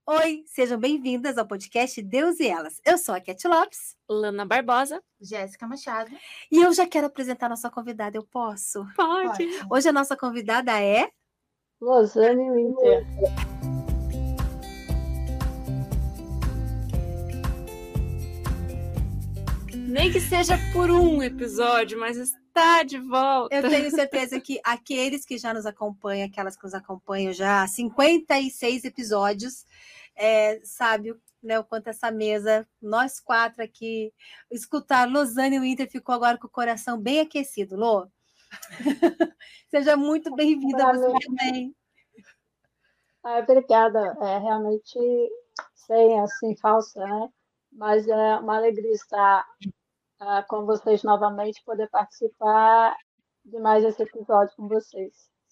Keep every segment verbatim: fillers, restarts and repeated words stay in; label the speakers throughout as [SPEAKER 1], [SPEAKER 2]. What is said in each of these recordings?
[SPEAKER 1] Oi, sejam bem-vindas ao podcast Deus e Elas. Eu sou a Cat Lopes.
[SPEAKER 2] Lana Barbosa.
[SPEAKER 3] Jéssica Machado.
[SPEAKER 1] E eu já quero apresentar a nossa convidada, eu posso?
[SPEAKER 2] Pode.
[SPEAKER 3] Pode.
[SPEAKER 1] Hoje a nossa convidada é...
[SPEAKER 4] Losane Winter.
[SPEAKER 2] Nem que seja por um episódio, mas está de volta.
[SPEAKER 1] Eu tenho certeza que aqueles que já nos acompanham, aquelas que nos acompanham já há cinquenta e seis episódios, é, sabe, né, o quanto essa mesa, nós quatro aqui, escutar Losane Winter ficou agora com o coração bem aquecido. Lô, seja muito bem-vinda, você também.
[SPEAKER 4] Ah, obrigada. É realmente sem assim falsa, né? Mas é uma alegria estar ah, com vocês novamente, poder participar de mais esse episódio com vocês.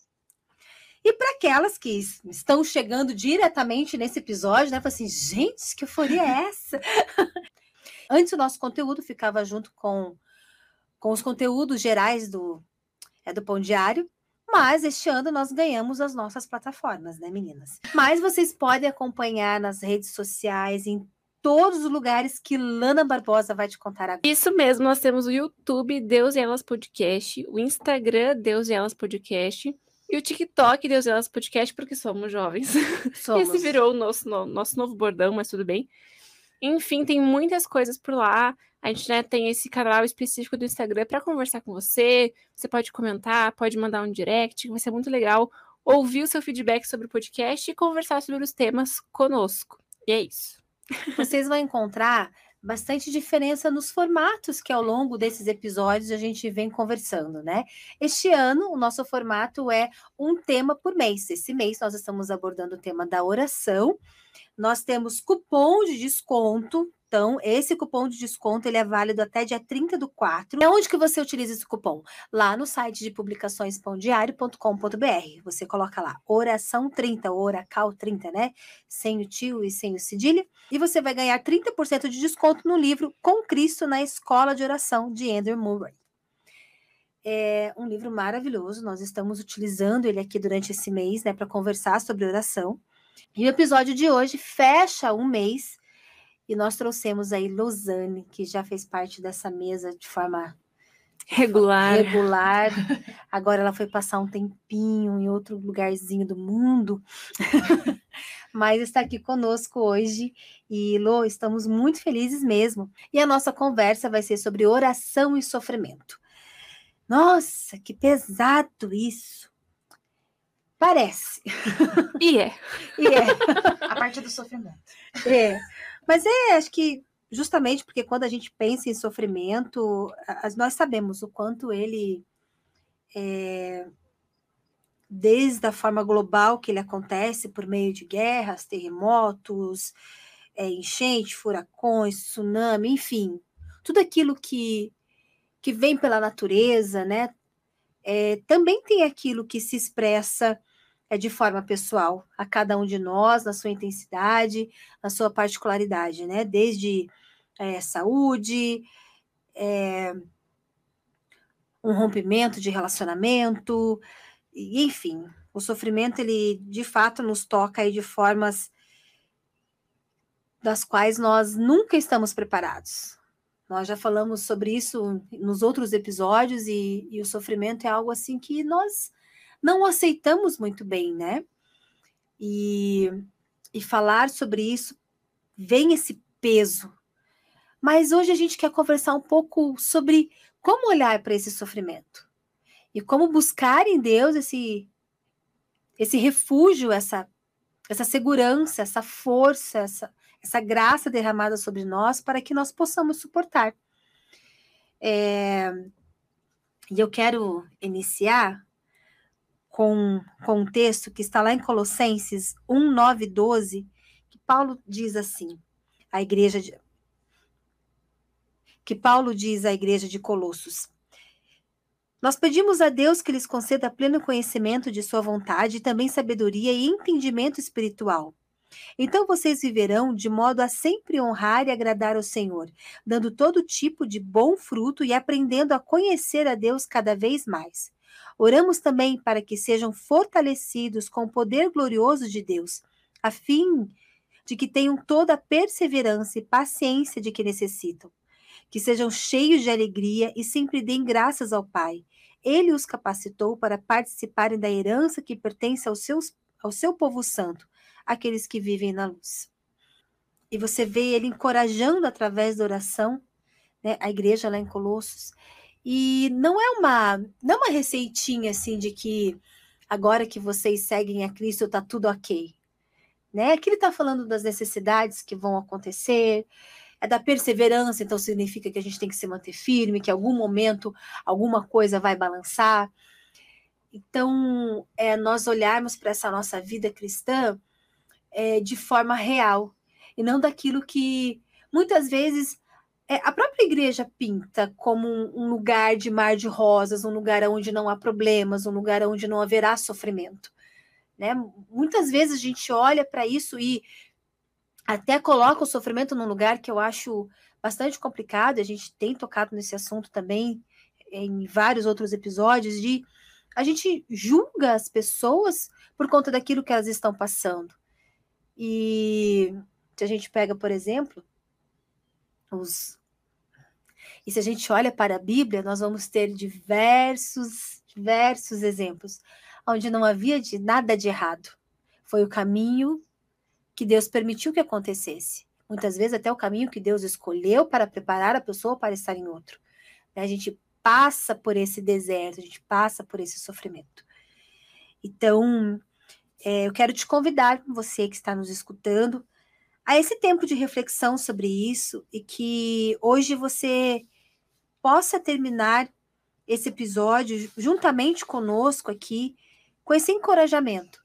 [SPEAKER 1] E para aquelas que estão chegando diretamente nesse episódio, né? Fala assim, gente, que euforia é essa? Antes o nosso conteúdo ficava junto com, com os conteúdos gerais do, é, do Pão Diário, mas este ano nós ganhamos as nossas plataformas, né, meninas? Mas vocês podem acompanhar nas redes sociais, em todos os lugares que Lana Barbosa vai te contar agora.
[SPEAKER 2] Isso mesmo, nós temos o YouTube Deus e Elas Podcast, o Instagram Deus e Elas Podcast e o TikTok Deus e Elas Podcast, porque somos jovens.
[SPEAKER 1] Somos.
[SPEAKER 2] Esse virou o nosso, no, nosso novo bordão, mas tudo bem. Enfim, tem muitas coisas por lá. A gente, né, tem esse canal específico do Instagram para conversar com você. Você pode comentar, pode mandar um direct, vai ser muito legal ouvir o seu feedback sobre o podcast e conversar sobre os temas conosco. E é isso.
[SPEAKER 1] Vocês vão encontrar bastante diferença nos formatos que ao longo desses episódios a gente vem conversando, né? Este ano, o nosso formato é um tema por mês. Esse mês nós estamos abordando o tema da oração. Nós temos cupom de desconto. Então, esse cupom de desconto ele é válido até dia trinta do quatro. É onde que você utiliza esse cupom? Lá no site de publicações pão diário ponto com ponto b r. Você coloca lá oração trinta, ou oracal trinta, né? Sem o tio e sem o cedilha. E você vai ganhar trinta por cento de desconto no livro Com Cristo na Escola de Oração, de Andrew Murray. É um livro maravilhoso. Nós estamos utilizando ele aqui durante esse mês, né? Para conversar sobre oração. E o episódio de hoje fecha um mês e nós trouxemos aí Losane, que já fez parte dessa mesa de forma
[SPEAKER 2] regular.
[SPEAKER 1] regular. Agora ela foi passar um tempinho em outro lugarzinho do mundo, mas está aqui conosco hoje. E, Lô, estamos muito felizes mesmo. E a nossa conversa vai ser sobre oração e sofrimento. Nossa, que pesado isso! Parece.
[SPEAKER 2] E é.
[SPEAKER 1] E é.
[SPEAKER 3] A parte do sofrimento.
[SPEAKER 1] É. Mas é, acho que justamente porque quando a gente pensa em sofrimento, nós sabemos o quanto ele, é, desde a forma global que ele acontece por meio de guerras, terremotos, é, enchente, furacões, tsunami, enfim, tudo aquilo que, que vem pela natureza, né? É, também tem aquilo que se expressa é, de forma pessoal a cada um de nós, na sua intensidade, na sua particularidade, né? Desde é, saúde, é, um rompimento de relacionamento, e, enfim, o sofrimento, ele de fato nos toca aí de formas das quais nós nunca estamos preparados. Nós já falamos sobre isso nos outros episódios, e, e o sofrimento é algo assim que nós não aceitamos muito bem, né? E, e falar sobre isso vem esse peso. Mas hoje a gente quer conversar um pouco sobre como olhar para esse sofrimento e como buscar em Deus esse, esse refúgio, essa, essa segurança, essa força, essa, essa graça derramada sobre nós para que nós possamos suportar. É, e eu quero iniciar com, com um texto que está lá em Colossenses um, nove, doze, que Paulo diz assim, a igreja de, que Paulo diz à igreja de Colossos: nós pedimos a Deus que lhes conceda pleno conhecimento de sua vontade e também sabedoria e entendimento espiritual. Então vocês viverão de modo a sempre honrar e agradar ao Senhor, dando todo tipo de bom fruto e aprendendo a conhecer a Deus cada vez mais. Oramos também para que sejam fortalecidos com o poder glorioso de Deus, a fim de que tenham toda a perseverança e paciência de que necessitam, que sejam cheios de alegria e sempre deem graças ao Pai. Ele os capacitou para participarem da herança que pertence aos seus, ao seu povo santo, aqueles que vivem na luz. E você vê ele encorajando através da oração, né, a igreja lá em Colossos. E não é uma, não é uma receitinha assim de que agora que vocês seguem a Cristo está tudo ok. Né? Aqui ele está falando das necessidades que vão acontecer, é da perseverança, então significa que a gente tem que se manter firme, que em algum momento alguma coisa vai balançar. Então, é nós olharmos para essa nossa vida cristã é, de forma real, e não daquilo que muitas vezes é, a própria igreja pinta como um, um lugar de mar de rosas, um lugar onde não há problemas, um lugar onde não haverá sofrimento. Né? Muitas vezes a gente olha para isso e até coloca o sofrimento num lugar que eu acho bastante complicado. A gente tem tocado nesse assunto também em vários outros episódios, de a gente julga as pessoas por conta daquilo que elas estão passando. E se a gente pega, por exemplo, os... E se a gente olha para a Bíblia, nós vamos ter diversos, diversos exemplos onde não havia de nada de errado. Foi o caminho que Deus permitiu que acontecesse. Muitas vezes até o caminho que Deus escolheu para preparar a pessoa para estar em outro. A gente passa por esse deserto, a gente passa por esse sofrimento. Então, é, eu quero te convidar, você que está nos escutando, a esse tempo de reflexão sobre isso, e que hoje você possa terminar esse episódio juntamente conosco aqui, com esse encorajamento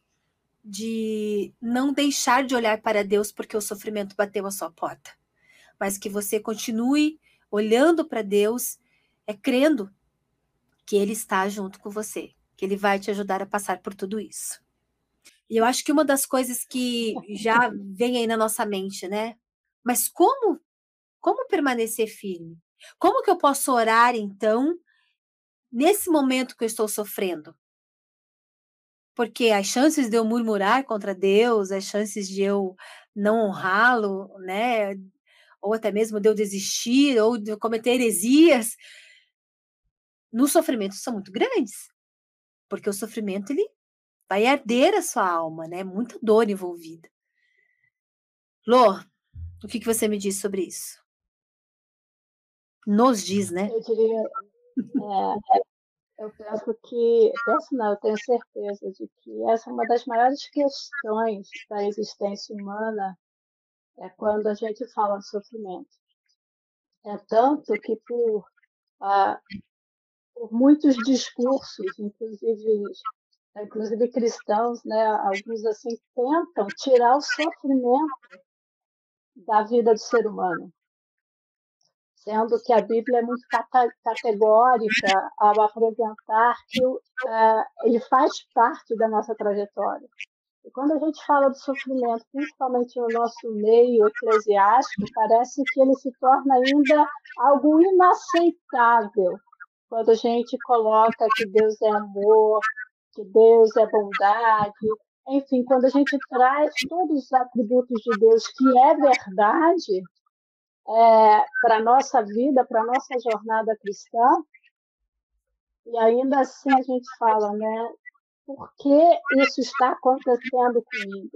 [SPEAKER 1] de não deixar de olhar para Deus porque o sofrimento bateu a sua porta, mas que você continue olhando para Deus, é crendo que Ele está junto com você, que Ele vai te ajudar a passar por tudo isso. E eu acho que uma das coisas que já vem aí na nossa mente, né? Mas como, como permanecer firme? Como que eu posso orar, então, nesse momento que eu estou sofrendo? Porque as chances de eu murmurar contra Deus, as chances de eu não honrá-lo, né? Ou até mesmo de eu desistir, ou de eu cometer heresias, no sofrimento são muito grandes. Porque o sofrimento, ele vai arder a sua alma, né? Muita dor envolvida. Lô, o que, que você me diz sobre isso? Nos diz, né?
[SPEAKER 4] Eu diria, é, eu penso que, penso não, eu tenho certeza de que essa é uma das maiores questões da existência humana, é quando a gente fala de sofrimento. É tanto que por, ah, por muitos discursos, inclusive, inclusive cristãos, né, alguns assim tentam tirar o sofrimento da vida do ser humano, sendo que a Bíblia é muito categórica ao apresentar que uh, ele faz parte da nossa trajetória. E quando a gente fala do sofrimento, principalmente no nosso meio eclesiástico, parece que ele se torna ainda algo inaceitável quando a gente coloca que Deus é amor, que Deus é bondade, enfim, quando a gente traz todos os atributos de Deus, que é verdade, É, para a nossa vida, para a nossa jornada cristã, e ainda assim a gente fala, né? Por que isso está acontecendo comigo?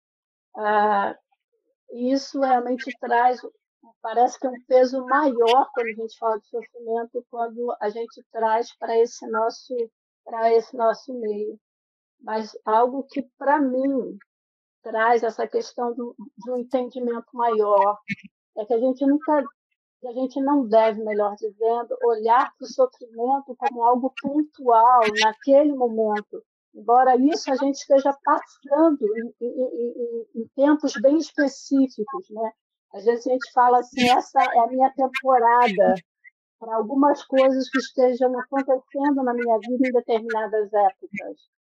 [SPEAKER 4] Ah, isso realmente traz, parece que é um peso maior quando a gente fala de sofrimento, quando a gente traz para esse nosso, para esse nosso meio. Mas algo que, para mim, traz essa questão do, de um entendimento maior, é que a gente nunca que a gente não deve, melhor dizendo, olhar para o sofrimento como algo pontual naquele momento. Embora isso a gente esteja passando em, em, em, em tempos bem específicos, né? Às vezes a gente fala assim, essa é a minha temporada para algumas coisas que estejam acontecendo na minha vida em determinadas épocas.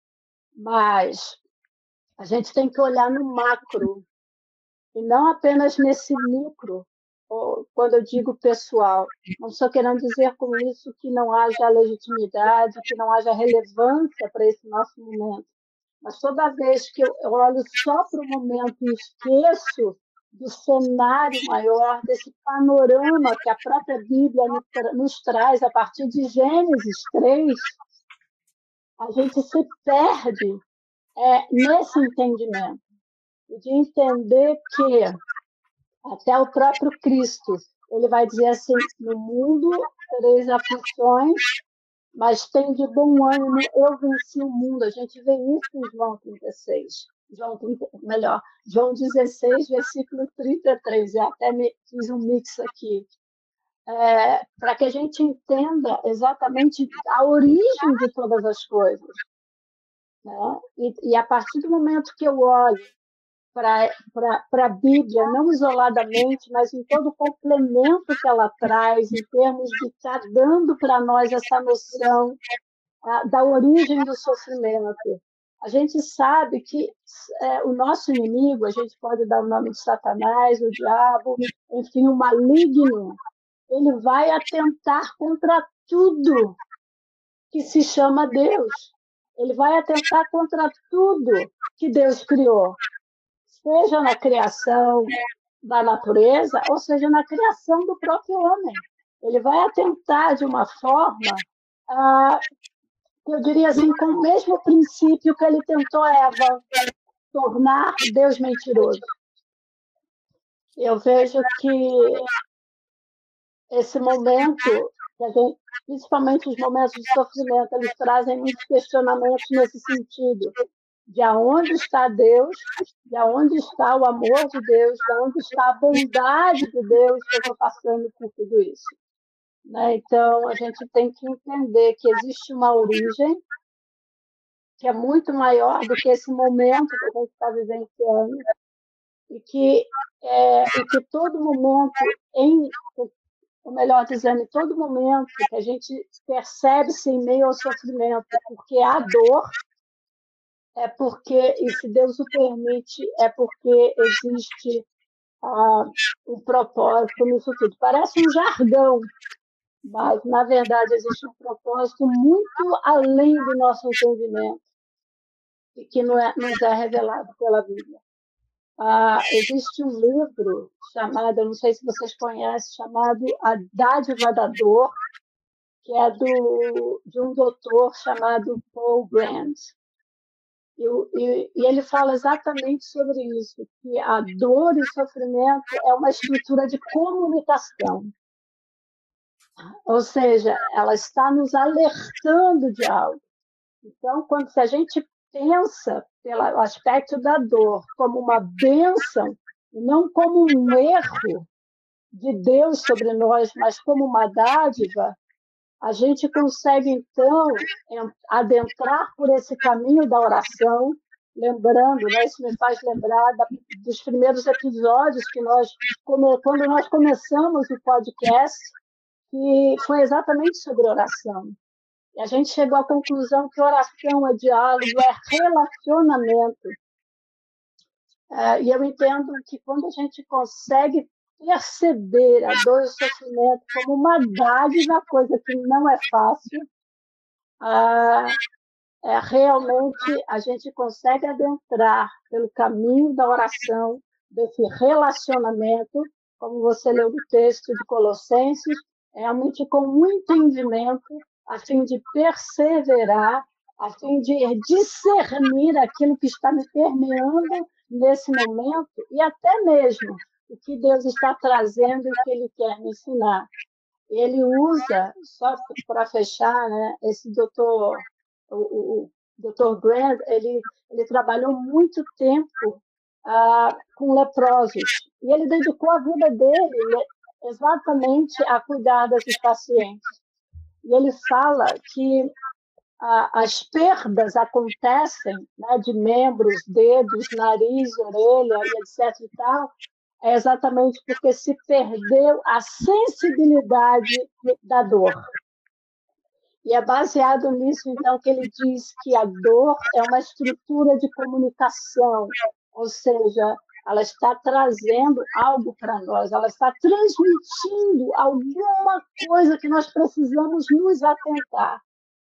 [SPEAKER 4] Mas a gente tem que olhar no macro e não apenas nesse micro. Quando eu digo pessoal, não estou querendo dizer com isso que não haja legitimidade, que não haja relevância para esse nosso momento, mas toda vez que eu olho só para o momento e esqueço do cenário maior, desse panorama que a própria Bíblia nos, tra nos traz a partir de Gênesis três, a gente se perde é, nesse entendimento, de entender que até o próprio Cristo, ele vai dizer assim, no mundo tereis aflições, mas tem de bom ânimo, eu venci o mundo. A gente vê isso em João trinta e seis. João trinta, melhor, João dezesseis, versículo trinta e três. Eu até me, fiz um mix aqui. É, para que a gente entenda exatamente a origem de todas as coisas. Né? E, e a partir do momento que eu olho para a Bíblia, não isoladamente, mas em todo o complemento que ela traz, em termos de estar dando para nós essa noção a, da origem do sofrimento. A gente sabe que é, o nosso inimigo, a gente pode dar o nome de Satanás, o diabo, enfim, o maligno, ele vai atentar contra tudo que se chama Deus. Ele vai atentar contra tudo que Deus criou. Seja na criação da natureza, ou seja na criação do próprio homem. Ele vai atentar de uma forma, ah, eu diria assim, com o mesmo princípio que ele tentou Eva, tornar Deus mentiroso. Eu vejo que esse momento, que a gente, principalmente os momentos de sofrimento, eles trazem muitos questionamentos nesse sentido. De onde está Deus, de onde está o amor de Deus, de onde está a bondade de Deus que eu estou passando por tudo isso. Né? Então, a gente tem que entender que existe uma origem que é muito maior do que esse momento que a gente está vivenciando e que, é, e que todo momento, em, ou melhor dizendo, em todo momento que a gente percebe-se em meio ao sofrimento, porque há dor, é porque, e se Deus o permite, é porque existe ah, um propósito nisso tudo. Parece um jargão, mas, na verdade, existe um propósito muito além do nosso entendimento e que não é, nos é revelado pela Bíblia. Ah, existe um livro chamado, eu não sei se vocês conhecem, chamado A Dádiva da Dor, que é do, de um doutor chamado Paul Brand. E, e, e ele fala exatamente sobre isso, que a dor e o sofrimento é uma estrutura de comunicação. Ou seja, ela está nos alertando de algo. Então, quando se a gente pensa pelo aspecto da dor como uma bênção, e não como um erro de Deus sobre nós, mas como uma dádiva, a gente consegue, então, adentrar por esse caminho da oração, lembrando, né, isso me faz lembrar da, dos primeiros episódios que nós, como, quando nós começamos o podcast, que foi exatamente sobre oração. E a gente chegou à conclusão que oração é diálogo, é relacionamento. É, e eu entendo que quando a gente consegue perceber a dor e o sofrimento como uma dádiva, coisa que não é fácil, ah, é, realmente a gente consegue adentrar pelo caminho da oração, desse relacionamento, como você leu no texto de Colossenses, realmente com muito entendimento, a fim de perseverar, a fim de discernir aquilo que está me permeando nesse momento e até mesmo o que Deus está trazendo e o que Ele quer me ensinar. Ele usa, só para fechar, né, esse doutor, o, o, o doutor Grant, ele, ele trabalhou muito tempo ah, com leprosos e ele dedicou a vida dele exatamente a cuidar desses pacientes. E ele fala que ah, as perdas acontecem, né, de membros, dedos, nariz, orelha, e etc e tal, é exatamente porque se perdeu a sensibilidade da dor. E é baseado nisso, então, que ele diz que a dor é uma estrutura de comunicação, ou seja, ela está trazendo algo para nós, ela está transmitindo alguma coisa que nós precisamos nos atentar.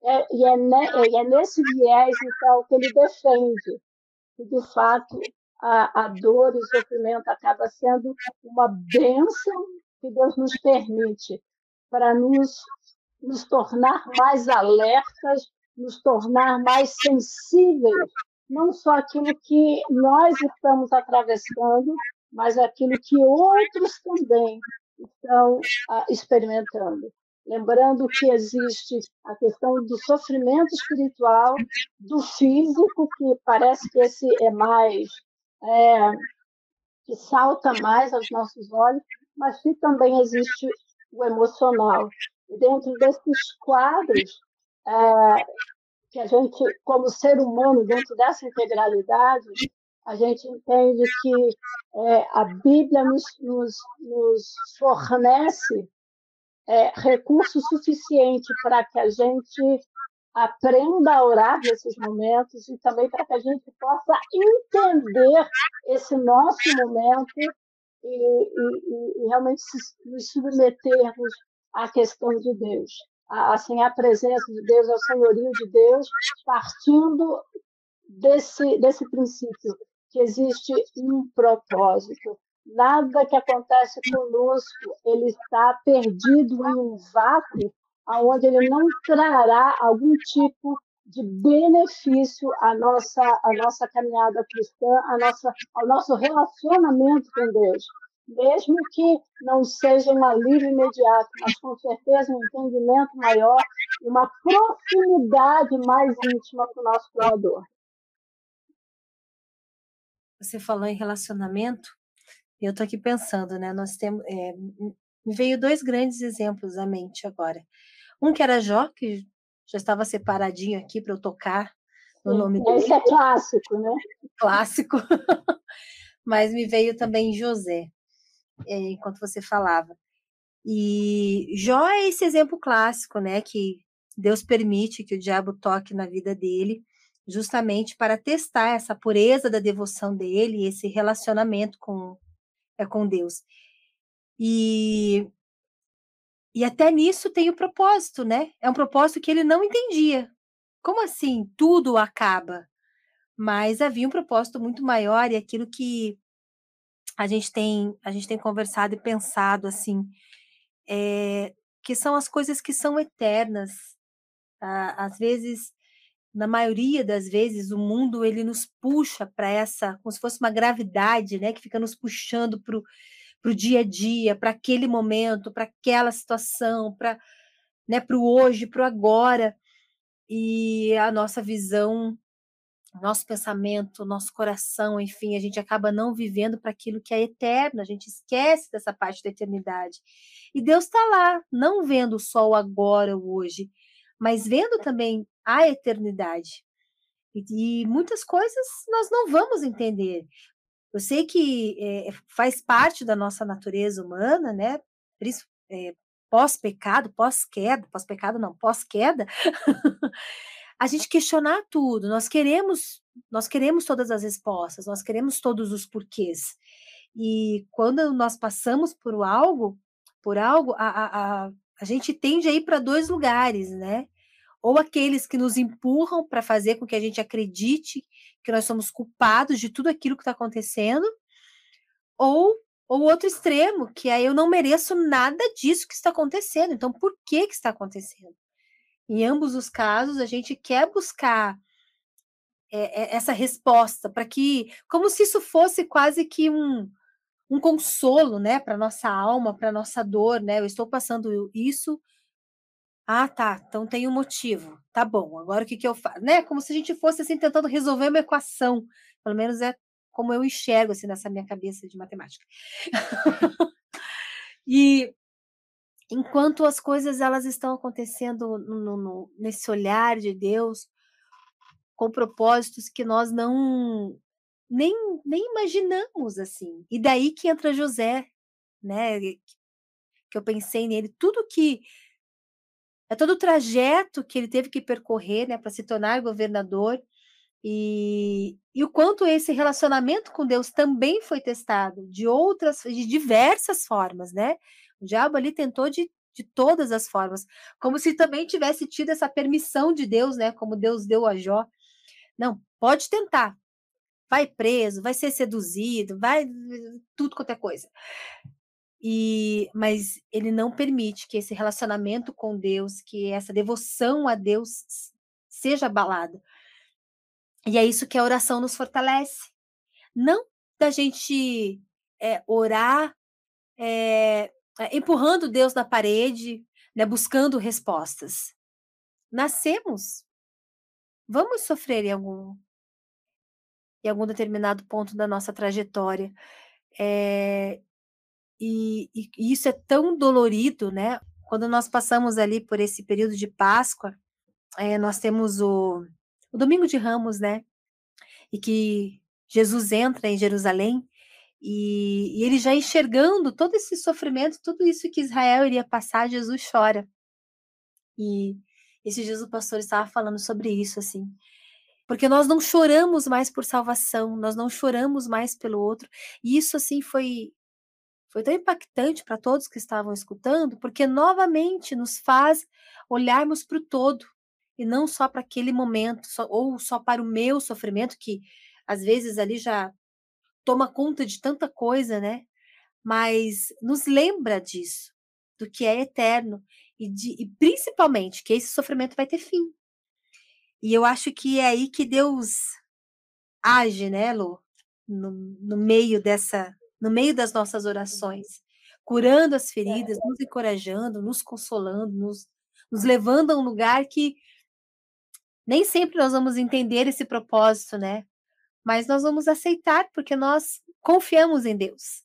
[SPEAKER 4] É, e, é, ne, e é nesse viés, então, que ele defende que, de fato, a, a dor e o sofrimento acaba sendo uma bênção que Deus nos permite para nos, nos tornar mais alertas, nos tornar mais sensíveis, não só aquilo que nós estamos atravessando, mas aquilo que outros também estão ah, experimentando. Lembrando que existe a questão do sofrimento espiritual, do físico, que parece que esse é mais, é, que salta mais aos nossos olhos, mas que também existe o emocional. E dentro desses quadros, é, que a gente, como ser humano, dentro dessa integralidade, a gente entende que é, a Bíblia nos, nos, nos fornece é, recurso suficiente para que a gente aprenda a orar nesses momentos e também para que a gente possa entender esse nosso momento e, e, e realmente se, nos submetermos à questão de Deus, assim, à presença de Deus, ao senhorio de Deus, partindo desse, desse princípio, que existe um propósito. Nada que acontece conosco, ele está perdido em um vácuo, onde ele não trará algum tipo de benefício à nossa, à nossa caminhada cristã, à nossa, ao nosso relacionamento com Deus. Mesmo que não seja um alívio imediato, mas com certeza um entendimento maior e uma proximidade mais íntima com o nosso Criador.
[SPEAKER 1] Você falou em relacionamento, e eu estou aqui pensando, né? Nós temos, é, me veio dois grandes exemplos à mente agora. Um que era Jó, que já estava separadinho aqui para eu tocar no
[SPEAKER 4] Sim,
[SPEAKER 1] nome dele.
[SPEAKER 4] esse é clássico, né?
[SPEAKER 1] Clássico. Mas me veio também José, é, enquanto você falava. E Jó é esse exemplo clássico, né? Que Deus permite que o diabo toque na vida dele, justamente para testar essa pureza da devoção dele, esse relacionamento com, é, com Deus. E, e até nisso tem o propósito, né? É um propósito que ele não entendia. Como assim tudo acaba? Mas havia um propósito muito maior, e aquilo que a gente tem, a gente tem conversado e pensado, assim, é, que são as coisas que são eternas. Ah, às vezes, na maioria das vezes, o mundo ele nos puxa para essa, como se fosse uma gravidade, né, que fica nos puxando para o dia a dia, para aquele momento, para aquela situação, para, né, para o hoje, para o agora. E a nossa visão, nosso pensamento, nosso coração, enfim, a gente acaba não vivendo para aquilo que é eterno, a gente esquece dessa parte da eternidade. E Deus está lá, não vendo só o agora, o hoje, mas vendo também a eternidade. E, e muitas coisas nós não vamos entender. Eu sei que é, faz parte da nossa natureza humana, né? É, pós-pecado, pós-queda, pós-pecado não, pós-queda, a gente questionar tudo. Nós queremos, nós queremos todas as respostas, nós queremos todos os porquês. E quando nós passamos por algo, por algo, a, a, a, a gente tende a ir para dois lugares, né? Ou aqueles que nos empurram para fazer com que a gente acredite que nós somos culpados de tudo aquilo que está acontecendo, ou o outro extremo, que é eu não mereço nada disso que está acontecendo, então por que que está acontecendo? Em ambos os casos, a gente quer buscar é, é, essa resposta, para que, como se isso fosse quase que um, um consolo, né, para nossa alma, para nossa dor, né? Eu estou passando isso. Ah, tá, então tem um motivo. Tá bom, agora o que que eu faço? Né? Como se a gente fosse assim tentando resolver uma equação. Pelo menos é como eu enxergo assim nessa minha cabeça de matemática. E enquanto as coisas elas estão acontecendo no, no, nesse olhar de Deus, com propósitos que nós não nem, nem imaginamos assim. E daí que entra José, né? Que eu pensei nele, tudo que é todo o trajeto que ele teve que percorrer, né, para se tornar governador, e, e o quanto esse relacionamento com Deus também foi testado de outras, de diversas formas, né? O diabo ali tentou de de todas as formas, como se também tivesse tido essa permissão de Deus, né? Como Deus deu a Jó. Não, pode tentar. Vai preso, vai ser seduzido, vai tudo quanto é coisa. E, mas ele não permite que esse relacionamento com Deus, que essa devoção a Deus seja abalada. E é isso que a oração nos fortalece. Não da gente é, orar é, empurrando Deus na parede, né, buscando respostas. Nascemos. Vamos sofrer em algum, em algum determinado ponto da nossa trajetória. É, e, e, e isso é tão dolorido, né? Quando nós passamos ali por esse período de Páscoa, é, nós temos o, o Domingo de Ramos, né? E que Jesus entra em Jerusalém e, e ele já enxergando todo esse sofrimento, tudo isso que Israel iria passar, Jesus chora. E esses dias o pastor estava falando sobre isso, assim. Porque nós não choramos mais por salvação, nós não choramos mais pelo outro. E isso, assim, foi, foi tão impactante para todos que estavam escutando, porque novamente nos faz olharmos para o todo, e não só para aquele momento, só, ou só para o meu sofrimento, que às vezes ali já toma conta de tanta coisa, né? Mas nos lembra disso, do que é eterno, e, de, e principalmente que esse sofrimento vai ter fim. E eu acho que é aí que Deus age, né, Lu? No, no meio dessa, no meio das nossas orações, curando as feridas, nos encorajando, nos consolando, nos, nos levando a um lugar que nem sempre nós vamos entender esse propósito, né? Mas nós vamos aceitar, porque nós confiamos em Deus.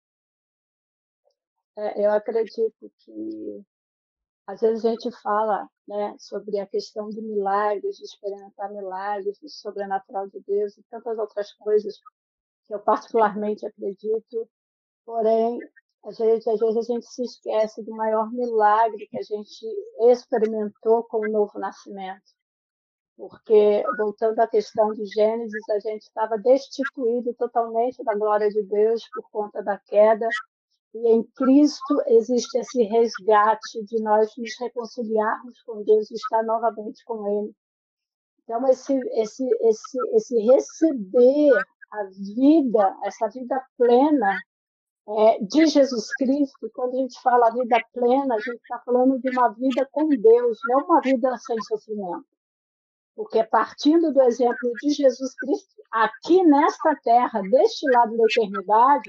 [SPEAKER 4] É, eu acredito que às vezes a gente fala, né, sobre a questão de milagres, de experimentar milagres, do sobrenatural de Deus e tantas outras coisas que eu particularmente acredito, porém, às vezes, às vezes a gente se esquece do maior milagre que a gente experimentou com o novo nascimento. Porque, voltando à questão de Gênesis, a gente estava destituído totalmente da glória de Deus por conta da queda, e em Cristo existe esse resgate de nós nos reconciliarmos com Deus e estar novamente com Ele. Então, esse, esse, esse, esse receber a vida, essa vida plena é, de Jesus Cristo, quando a gente fala vida plena, a gente está falando de uma vida com Deus, não uma vida sem sofrimento. Porque partindo do exemplo de Jesus Cristo, aqui nesta terra, deste lado da eternidade,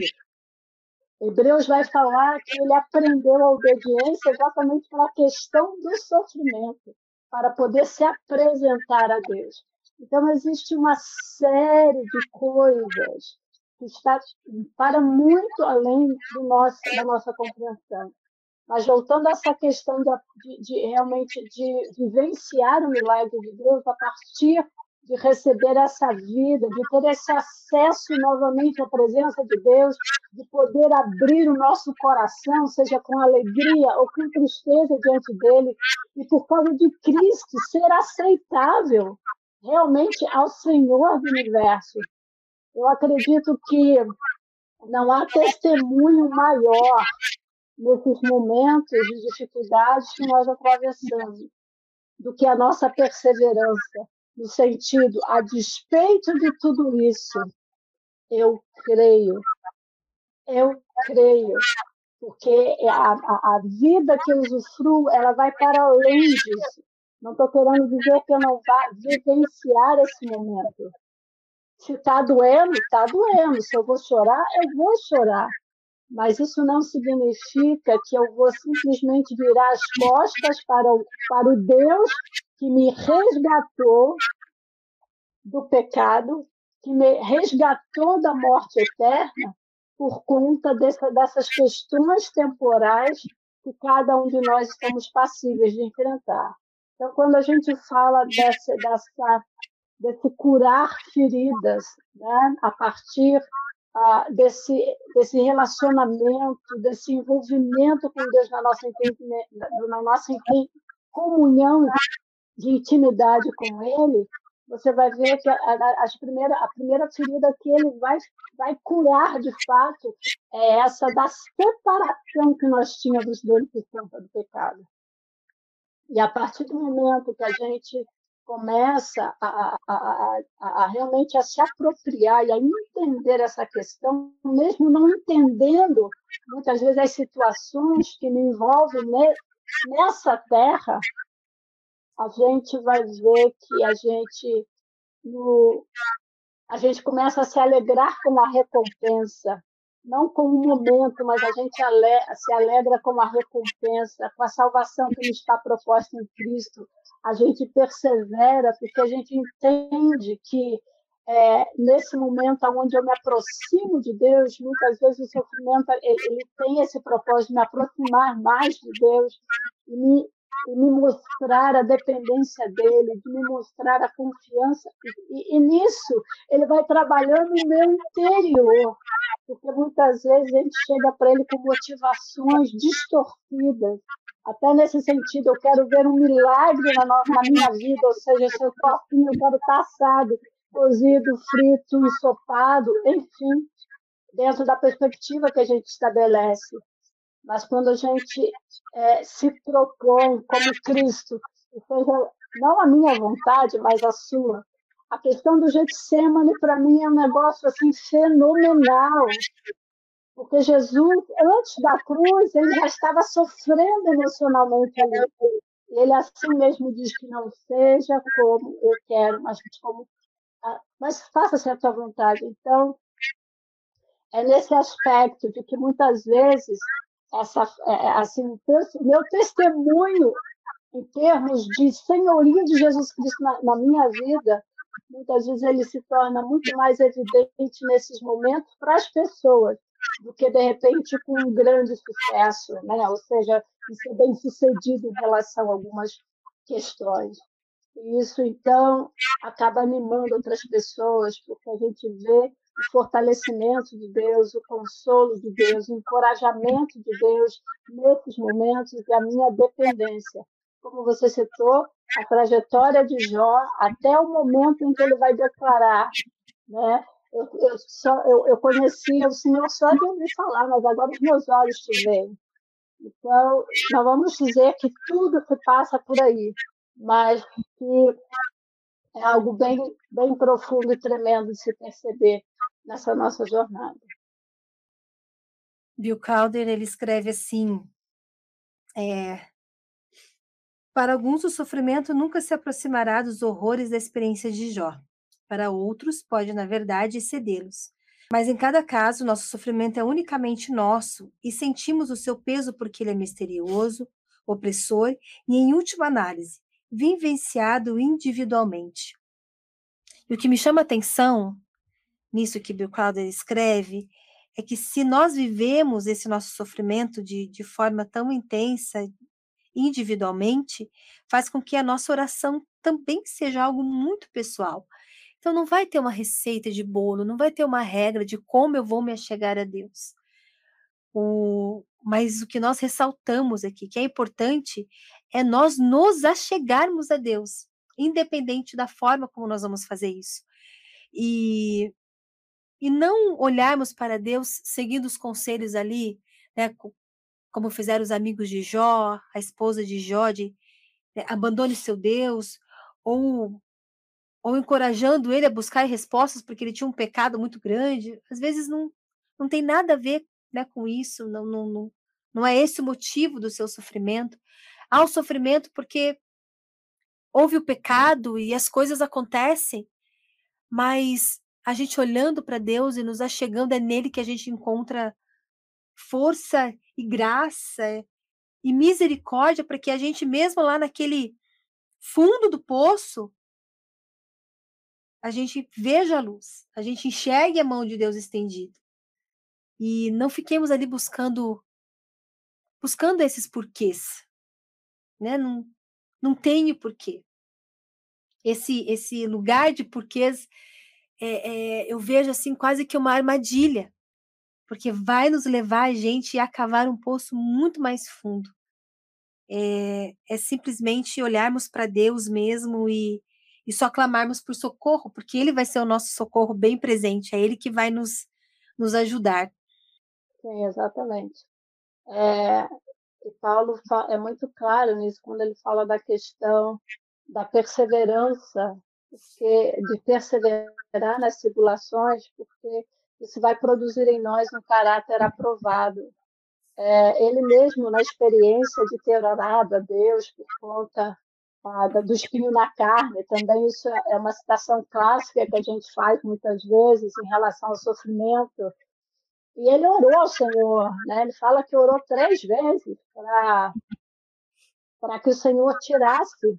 [SPEAKER 4] Hebreus vai falar que ele aprendeu a obediência exatamente pela questão do sofrimento, para poder se apresentar a Deus. Então, existe uma série de coisas que está para muito além do nosso, da nossa compreensão. Mas voltando a essa questão de, de realmente de vivenciar o milagre de Deus a partir de receber essa vida, de ter esse acesso novamente à presença de Deus, de poder abrir o nosso coração, seja com alegria ou com tristeza diante dele, e por causa de Cristo ser aceitável realmente ao Senhor do universo. Eu acredito que não há testemunho maior nesses momentos de dificuldades que nós atravessamos do que a nossa perseverança, no sentido, a despeito de tudo isso, eu creio, eu creio, porque a, a, a vida que eu usufruo, ela vai para além disso. Não estou querendo dizer que eu não vá vivenciar esse momento. Se está doendo, está doendo. Se eu vou chorar, eu vou chorar. Mas isso não significa que eu vou simplesmente virar as costas para o, para o Deus que me resgatou do pecado, que me resgatou da morte eterna por conta dessa, dessas questões temporais que cada um de nós estamos passíveis de enfrentar. Então, quando a gente fala dessa, dessa, desse curar feridas, né, a partir ah, desse, desse relacionamento, desse envolvimento com Deus na nossa, na nossa comunhão de intimidade com Ele, você vai ver que a, a, as primeira, a primeira ferida que ele vai, vai curar, de fato, é essa da separação que nós tínhamos dele por conta do pecado. E a partir do momento que a gente começa a, a, a, a realmente a se apropriar e a entender essa questão, mesmo não entendendo muitas vezes as situações que me envolvem nessa terra, a gente vai ver que a gente, no, a gente começa a se alegrar com a recompensa, não com o momento, mas a gente ale, se alegra com a recompensa, com a salvação que nos está proposta em Cristo. A gente persevera porque a gente entende que é, nesse momento onde eu me aproximo de Deus, muitas vezes o sofrimento ele, ele tem esse propósito de me aproximar mais de Deus e me, e me mostrar a dependência dele, de me mostrar a confiança. E, e nisso ele vai trabalhando no meu interior, porque muitas vezes a gente chega para ele com motivações distorcidas. Até nesse sentido, eu quero ver um milagre na, no, na minha vida, ou seja, seu corpinho eu quero estar assado, cozido, frito, ensopado, enfim, dentro da perspectiva que a gente estabelece. Mas quando a gente é, se propõe como Cristo, que seja não a minha vontade, mas a sua, a questão do Getsemane, para mim, é um negócio assim, fenomenal. Porque Jesus, antes da cruz, ele já estava sofrendo emocionalmente ali. E ele assim mesmo diz que não seja como eu quero, mas como mas faça-se a tua vontade. Então, é nesse aspecto de que muitas vezes essa, é, assim, meu testemunho em termos de senhoria de Jesus Cristo na, na minha vida, muitas vezes ele se torna muito mais evidente nesses momentos para as pessoas do que, de repente, com um grande sucesso, né? Ou seja, ser bem-sucedido em relação a algumas questões. E isso, então, acaba animando outras pessoas, porque a gente vê o fortalecimento de Deus, o consolo de Deus, o encorajamento de Deus nesses momentos e a minha dependência. Como você citou, a trajetória de Jó até o momento em que ele vai declarar, né? Eu, eu, só, eu, eu conhecia o Senhor só de ouvir falar, mas agora os meus olhos te veem. Então, nós vamos dizer que tudo que passa por aí, mas que é algo bem, bem profundo e tremendo de se perceber nessa nossa jornada.
[SPEAKER 1] Bill Calder, ele escreve assim, é, para alguns o sofrimento nunca se aproximará dos horrores da experiência de Jó. Para outros, pode, na verdade, excedê-los. Mas em cada caso, nosso sofrimento é unicamente nosso e sentimos o seu peso porque ele é misterioso, opressor e, em última análise, vivenciado individualmente. E o que me chama a atenção nisso que Bill Calder escreve é que se nós vivemos esse nosso sofrimento de, de forma tão intensa individualmente, faz com que a nossa oração também seja algo muito pessoal. Então não vai ter uma receita de bolo, não vai ter uma regra de como eu vou me achegar a Deus. O, mas o que nós ressaltamos aqui, que é importante, é nós nos achegarmos a Deus, independente da forma como nós vamos fazer isso. E, e não olharmos para Deus seguindo os conselhos ali, né, como fizeram os amigos de Jó, a esposa de Jó, de né, abandone seu Deus, ou ou encorajando ele a buscar respostas porque ele tinha um pecado muito grande. Às vezes não, não tem nada a ver, né, com isso, não, não, não, não é esse o motivo do seu sofrimento. Há o sofrimento porque houve o pecado e as coisas acontecem, mas a gente olhando para Deus e nos achegando, é nele que a gente encontra força e graça e misericórdia para que a gente mesmo lá naquele fundo do poço, a gente veja a luz, a gente enxergue a mão de Deus estendida. E não fiquemos ali buscando buscando esses porquês. Né? Não, não tenho porquê. Esse, esse lugar de porquês, é, é, eu vejo assim quase que uma armadilha, porque vai nos levar a gente a cavar um poço muito mais fundo. É, é simplesmente olharmos para Deus mesmo e, e só clamarmos por socorro, porque ele vai ser o nosso socorro bem presente, é ele que vai nos, nos ajudar.
[SPEAKER 4] Sim, exatamente. É, e Paulo fa- é muito claro nisso quando ele fala da questão da perseverança, porque de perseverar nas tribulações, porque isso vai produzir em nós um caráter aprovado. É, ele mesmo, na experiência de ter orado a Deus por conta ah, da- do espinho na carne, também isso é é uma citação clássica que a gente faz muitas vezes em relação ao sofrimento. E ele orou ao Senhor, né? Ele fala que orou três vezes para para que o Senhor tirasse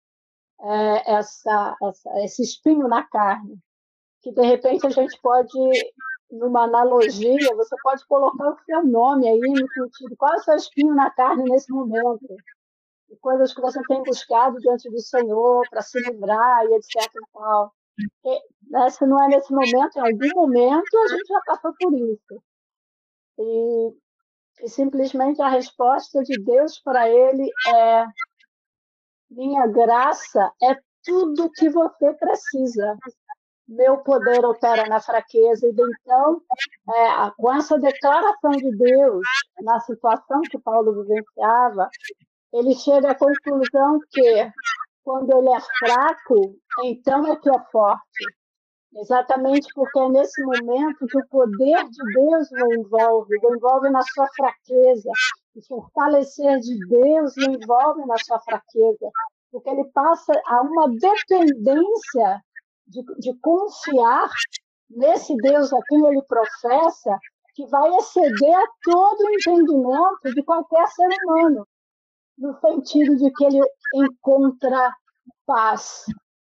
[SPEAKER 4] é, essa, essa, esse espinho na carne, que de repente a gente pode, numa analogia, você pode colocar o seu nome aí no sentido, qual é o seu espinho na carne nesse momento? E coisas que você tem buscado diante do Senhor para se livrar e etc e tal. E, né, se não é nesse momento, em algum momento a gente já passou por isso. E, e simplesmente a resposta de Deus para ele é: minha graça é tudo que você precisa. Meu poder opera na fraqueza. E então, é, com essa declaração de Deus na situação que Paulo vivenciava, ele chega à conclusão que quando ele é fraco, então é que é forte. Exatamente porque é nesse momento que o poder de Deus o envolve, o envolve na sua fraqueza. O fortalecer de Deus o envolve na sua fraqueza, porque ele passa a uma dependência de, de confiar nesse Deus a quem ele professa, que vai exceder a todo o entendimento de qualquer ser humano, no sentido de que ele encontra paz.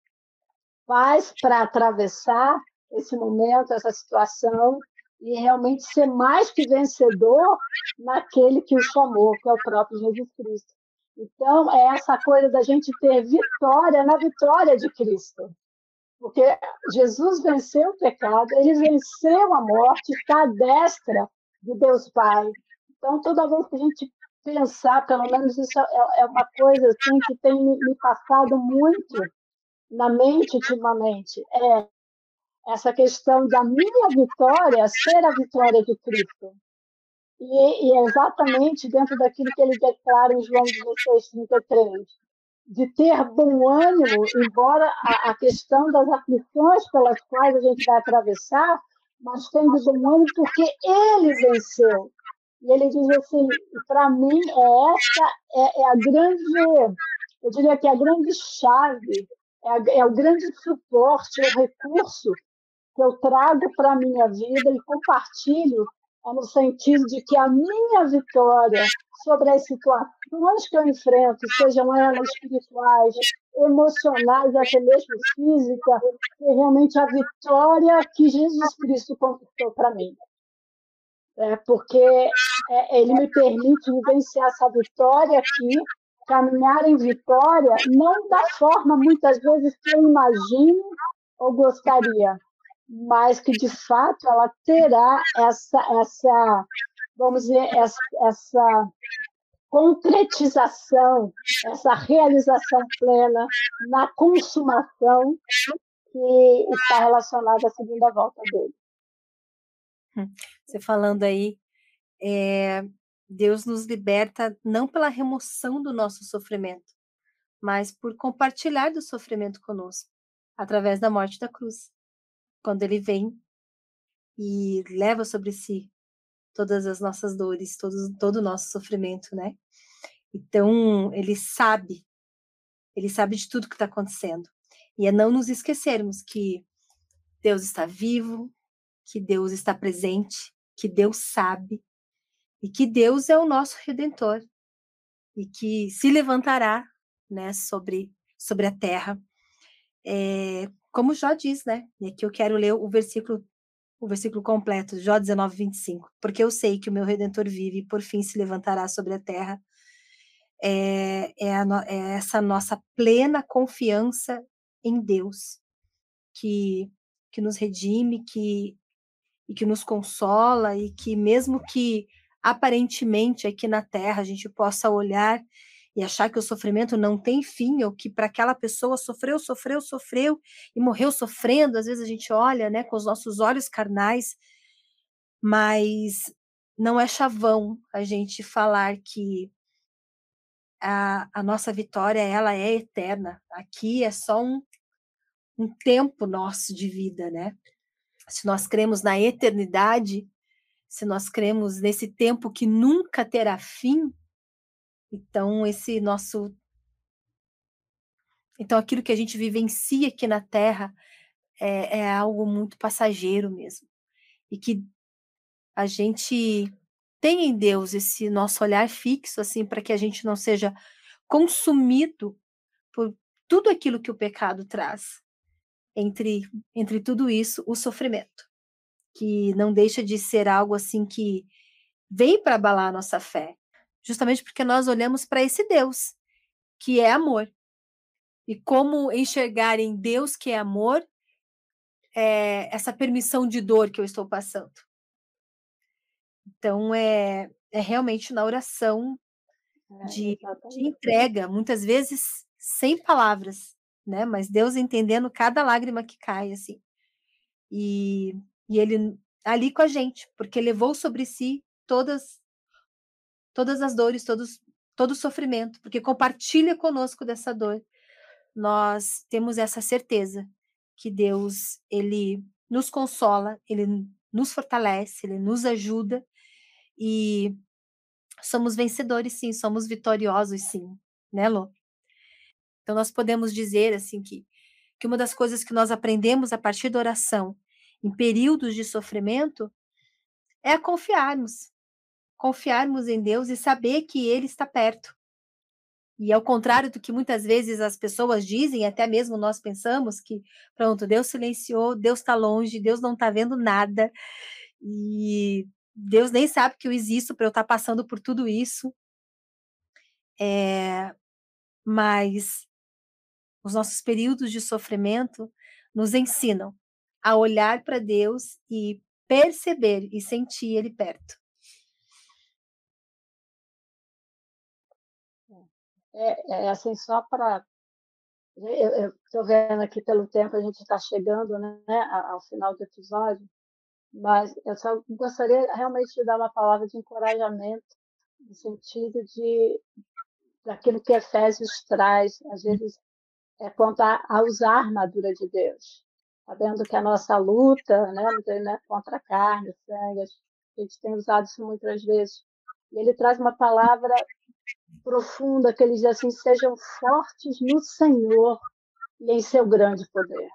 [SPEAKER 4] Paz para atravessar esse momento, essa situação, e realmente ser mais que vencedor naquele que o chamou, que é o próprio Jesus Cristo. Então, é essa coisa da gente ter vitória na vitória de Cristo. Porque Jesus venceu o pecado, ele venceu a morte, está à destra de Deus Pai. Então, toda vez que a gente pensar, pelo menos isso é, é uma coisa assim que tem me passado muito na mente ultimamente, é essa questão da minha vitória ser a vitória de Cristo. E, e é exatamente dentro daquilo que ele declara em João dezesseis, trinta e três, de ter bom ânimo, embora a, a questão das aflições pelas quais a gente vai atravessar, mas tendo bom ânimo porque ele venceu. E ele diz assim, para mim, é essa é, é a grande, eu diria que é a grande chave, é, a, é o grande suporte, o recurso que eu trago para a minha vida e compartilho, é no sentido de que a minha vitória sobre as situações que eu enfrento, sejam elas espirituais, emocionais, até mesmo físicas, é realmente a vitória que Jesus Cristo conquistou para mim. É porque é, ele me permite vivenciar essa vitória aqui, caminhar em vitória, não da forma, muitas vezes, que eu imagino ou gostaria, mas que, de fato, ela terá essa, essa vamos dizer, essa, essa concretização, essa realização plena na consumação que está relacionada à segunda volta dele.
[SPEAKER 1] Você falando aí, é, Deus nos liberta não pela remoção do nosso sofrimento, mas por compartilhar do sofrimento conosco, através da morte da cruz. Quando ele vem e leva sobre si todas as nossas dores, todo, todo o nosso sofrimento, né? Então, ele sabe, ele sabe de tudo que está acontecendo. E é não nos esquecermos que Deus está vivo, que Deus está presente, que Deus sabe, e que Deus é o nosso Redentor, e que se levantará, né, sobre, sobre a terra. É, como Jó diz, né? E aqui eu quero ler o versículo, o versículo completo, Jó dezenove, vinte e cinco. Porque eu sei que o meu Redentor vive e por fim se levantará sobre a terra. É, é, a, é essa nossa plena confiança em Deus, que, que nos redime, que, e que nos consola, e que mesmo que aparentemente aqui na terra a gente possa olhar e achar que o sofrimento não tem fim, ou que para aquela pessoa sofreu, sofreu, sofreu e morreu sofrendo. Às vezes a gente olha, né, com os nossos olhos carnais, mas não é chavão a gente falar que a, a nossa vitória, ela é eterna. Aqui é só um, um tempo nosso de vida, né? Se nós cremos na eternidade, se nós cremos nesse tempo que nunca terá fim, então esse nosso... Então aquilo que a gente vivencia aqui na Terra é, é algo muito passageiro mesmo. E que a gente tem em Deus esse nosso olhar fixo, assim, para que a gente não seja consumido por tudo aquilo que o pecado traz. Entre, entre tudo isso, o sofrimento, que não deixa de ser algo assim que vem para abalar a nossa fé, justamente porque nós olhamos para esse Deus, que é amor. E como enxergar em Deus, que é amor, é essa permissão de dor que eu estou passando. Então, é, é realmente na oração de, de entrega, muitas vezes sem palavras, né? Mas Deus entendendo cada lágrima que cai, assim. E, e Ele ali com a gente, porque levou sobre si todas, todas as dores, todos, todo o sofrimento, porque compartilha conosco dessa dor. Nós temos essa certeza que Deus, Ele nos consola, Ele nos fortalece, Ele nos ajuda, e somos vencedores, sim, somos vitoriosos, sim, né, Lô? Então nós podemos dizer, assim, que, que uma das coisas que nós aprendemos a partir da oração, em períodos de sofrimento, é a confiarmos, confiarmos em Deus e saber que Ele está perto. E ao contrário do que muitas vezes as pessoas dizem, até mesmo nós pensamos que, pronto, Deus silenciou, Deus está longe, Deus não está vendo nada, e Deus nem sabe que eu existo para eu estar passando por tudo isso. É, mas os nossos períodos de sofrimento nos ensinam a olhar para Deus e perceber e sentir Ele perto.
[SPEAKER 4] É, é assim, só para... Eu estou vendo aqui pelo tempo, a gente está chegando, né, ao final do episódio, mas eu só gostaria realmente de dar uma palavra de encorajamento, no sentido de daquilo que Efésios traz, às vezes, é quanto a, a usar a armadura de Deus. Sabendo que a nossa luta, né, né, contra a carne, sangue, a gente tem usado isso muitas vezes. E ele traz uma palavra profunda, que ele diz assim: sejam fortes no Senhor e em seu grande poder.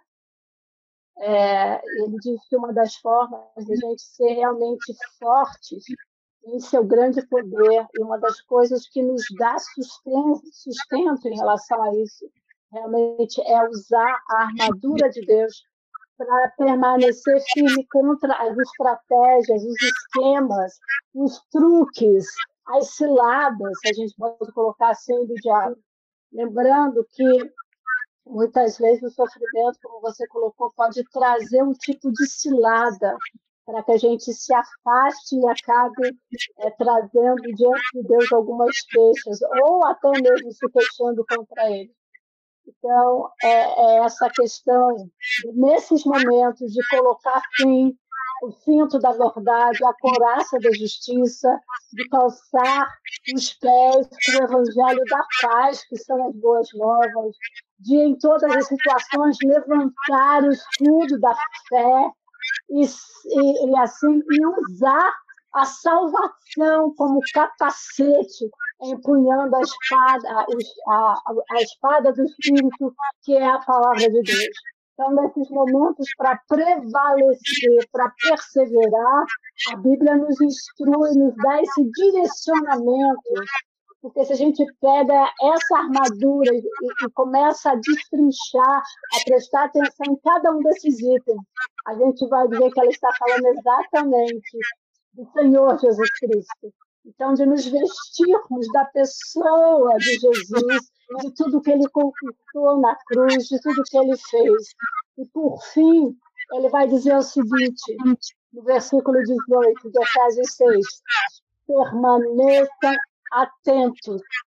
[SPEAKER 4] É, ele diz que uma das formas de a gente ser realmente fortes em seu grande poder, e uma das coisas que nos dá sustento, sustento em relação a isso, realmente é usar a armadura de Deus para permanecer firme contra as estratégias, os esquemas, os truques, as ciladas, se a gente pode colocar assim, do diabo. Lembrando que muitas vezes o sofrimento, como você colocou, pode trazer um tipo de cilada para que a gente se afaste e acabe é, trazendo diante de Deus algumas queixas, ou até mesmo se queixando contra Ele. Então, é, é essa questão, nesses momentos, de colocar fim, o cinto da verdade, a couraça da justiça, de calçar os pés com o evangelho da paz, que são as boas novas, de, em todas as situações, levantar o escudo da fé e, e, e assim, e usar a salvação como capacete, empunhando a espada, a, a espada do Espírito, que é a palavra de Deus. Então, nesses momentos, para prevalecer, para perseverar, a Bíblia nos instrui, nos dá esse direcionamento, porque se a gente pega essa armadura e, e começa a destrinchar, a prestar atenção em cada um desses itens, a gente vai ver que ela está falando exatamente do Senhor Jesus Cristo. Então, de nos vestirmos da pessoa de Jesus, de tudo que ele conquistou na cruz, de tudo que ele fez. E, por fim, ele vai dizer o seguinte, no versículo dezoito de Efésios seis, permaneçam atentos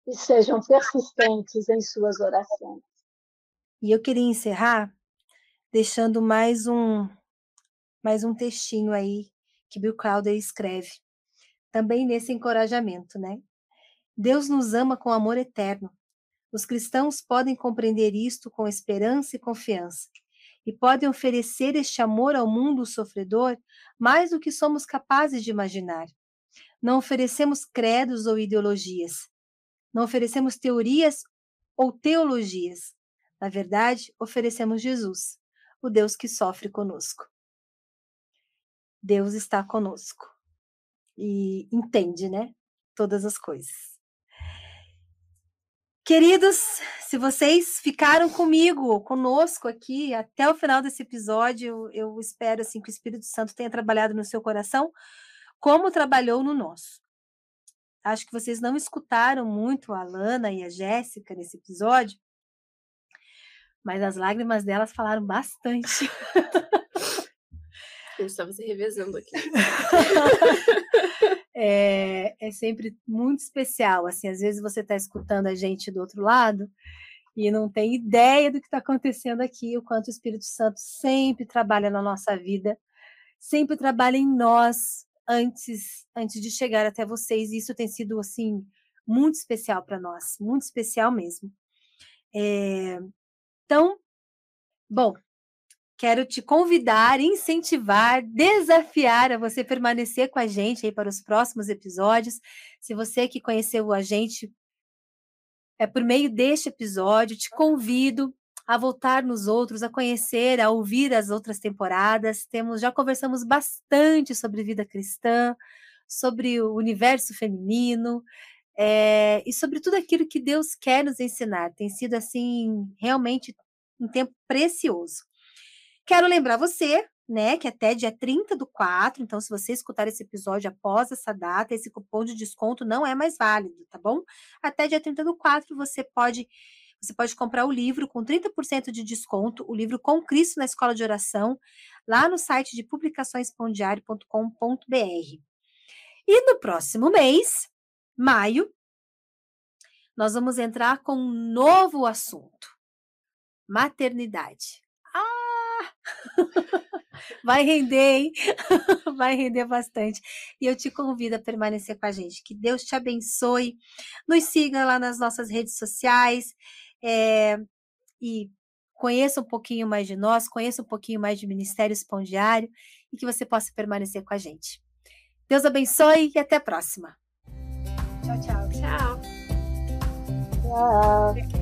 [SPEAKER 4] e sejam persistentes em suas orações.
[SPEAKER 1] E eu queria encerrar deixando mais um, mais um textinho aí que Bill Crowder escreve, também nesse encorajamento, né? Deus nos ama com amor eterno. Os cristãos podem compreender isto com esperança e confiança, e podem oferecer este amor ao mundo sofredor mais do que somos capazes de imaginar. Não oferecemos credos ou ideologias. Não oferecemos teorias ou teologias. Na verdade, oferecemos Jesus, o Deus que sofre conosco. Deus está conosco e entende, né? Todas as coisas. Queridos, se vocês ficaram comigo, conosco aqui até o final desse episódio, eu, eu espero assim que o Espírito Santo tenha trabalhado no seu coração como trabalhou no nosso. Acho que vocês não escutaram muito a Alana e a Jéssica nesse episódio, mas as lágrimas delas falaram bastante.
[SPEAKER 2] Eu estava se revezando aqui.
[SPEAKER 1] é, é sempre muito especial, assim, às vezes você está escutando a gente do outro lado e não tem ideia do que está acontecendo aqui, o quanto o Espírito Santo sempre trabalha na nossa vida, sempre trabalha em nós antes, antes de chegar até vocês, e isso tem sido, assim, muito especial para nós, muito especial mesmo. É, então, bom, quero te convidar, incentivar, desafiar a você permanecer com a gente aí para os próximos episódios. Se você que conheceu a gente é por meio deste episódio, te convido a voltar nos outros, a conhecer, a ouvir as outras temporadas. Temos, já conversamos bastante sobre vida cristã, sobre o universo feminino, é, e sobre tudo aquilo que Deus quer nos ensinar. Tem sido, assim, realmente um tempo precioso. Quero lembrar você, né, que até dia trinta do quatro, então se você escutar esse episódio após essa data, esse cupom de desconto não é mais válido, tá bom? Até dia trinta do quatro você pode, você pode comprar o livro com trinta por cento de desconto, o livro Com Cristo na Escola de Oração, lá no site de publicações pão diário ponto com ponto b r. E no próximo mês, maio, nós vamos entrar com um novo assunto, maternidade. Ah! Vai render, hein? Vai render bastante. E eu te convido a permanecer com a gente. Que Deus te abençoe. Nos siga lá nas nossas redes sociais. É, e conheça um pouquinho mais de nós, conheça um pouquinho mais de Ministérios Pão Diário e que você possa permanecer com a gente. Deus abençoe e até a próxima. Tchau, tchau.
[SPEAKER 2] Tchau.
[SPEAKER 4] Tchau.